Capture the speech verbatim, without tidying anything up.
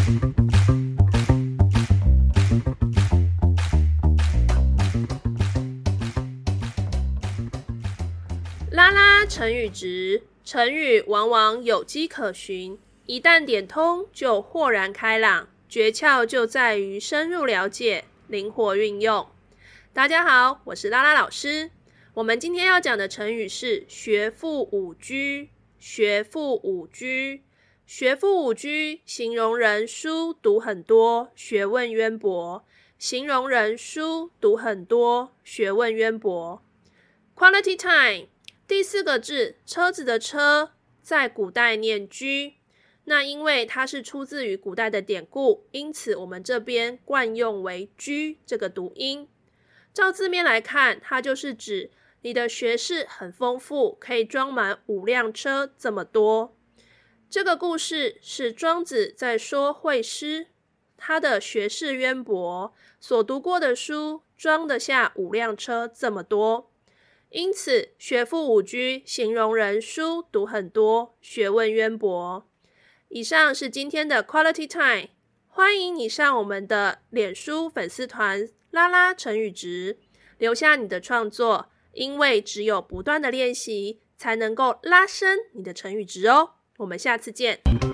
拉拉成语质，成语往往有迹可循，一旦点通就豁然开朗，诀窍就在于深入了解，灵活运用。大家好，我是拉拉老师。我们今天要讲的成语是学富五车。学富五车，学富五车形容人书读很多，学问渊博。形容人书读很多，学问渊博。Quality time，第四个字车子的车，在古代念车，那因为它是出自于古代的典故，因此我们这边惯用为车这个读音。照字面来看，它就是指你的学识很丰富，可以装满五辆车这么多。这个故事是庄子在说惠施，他的学识渊博，所读过的书装得下五辆车这么多。因此学富五车形容人书读很多，学问渊博。以上是今天的 Quality Time， 欢迎你上我们的脸书粉丝团拉拉成语质，留下你的创作，因为只有不断的练习才能够拉升你的成语质哦。我们下次见。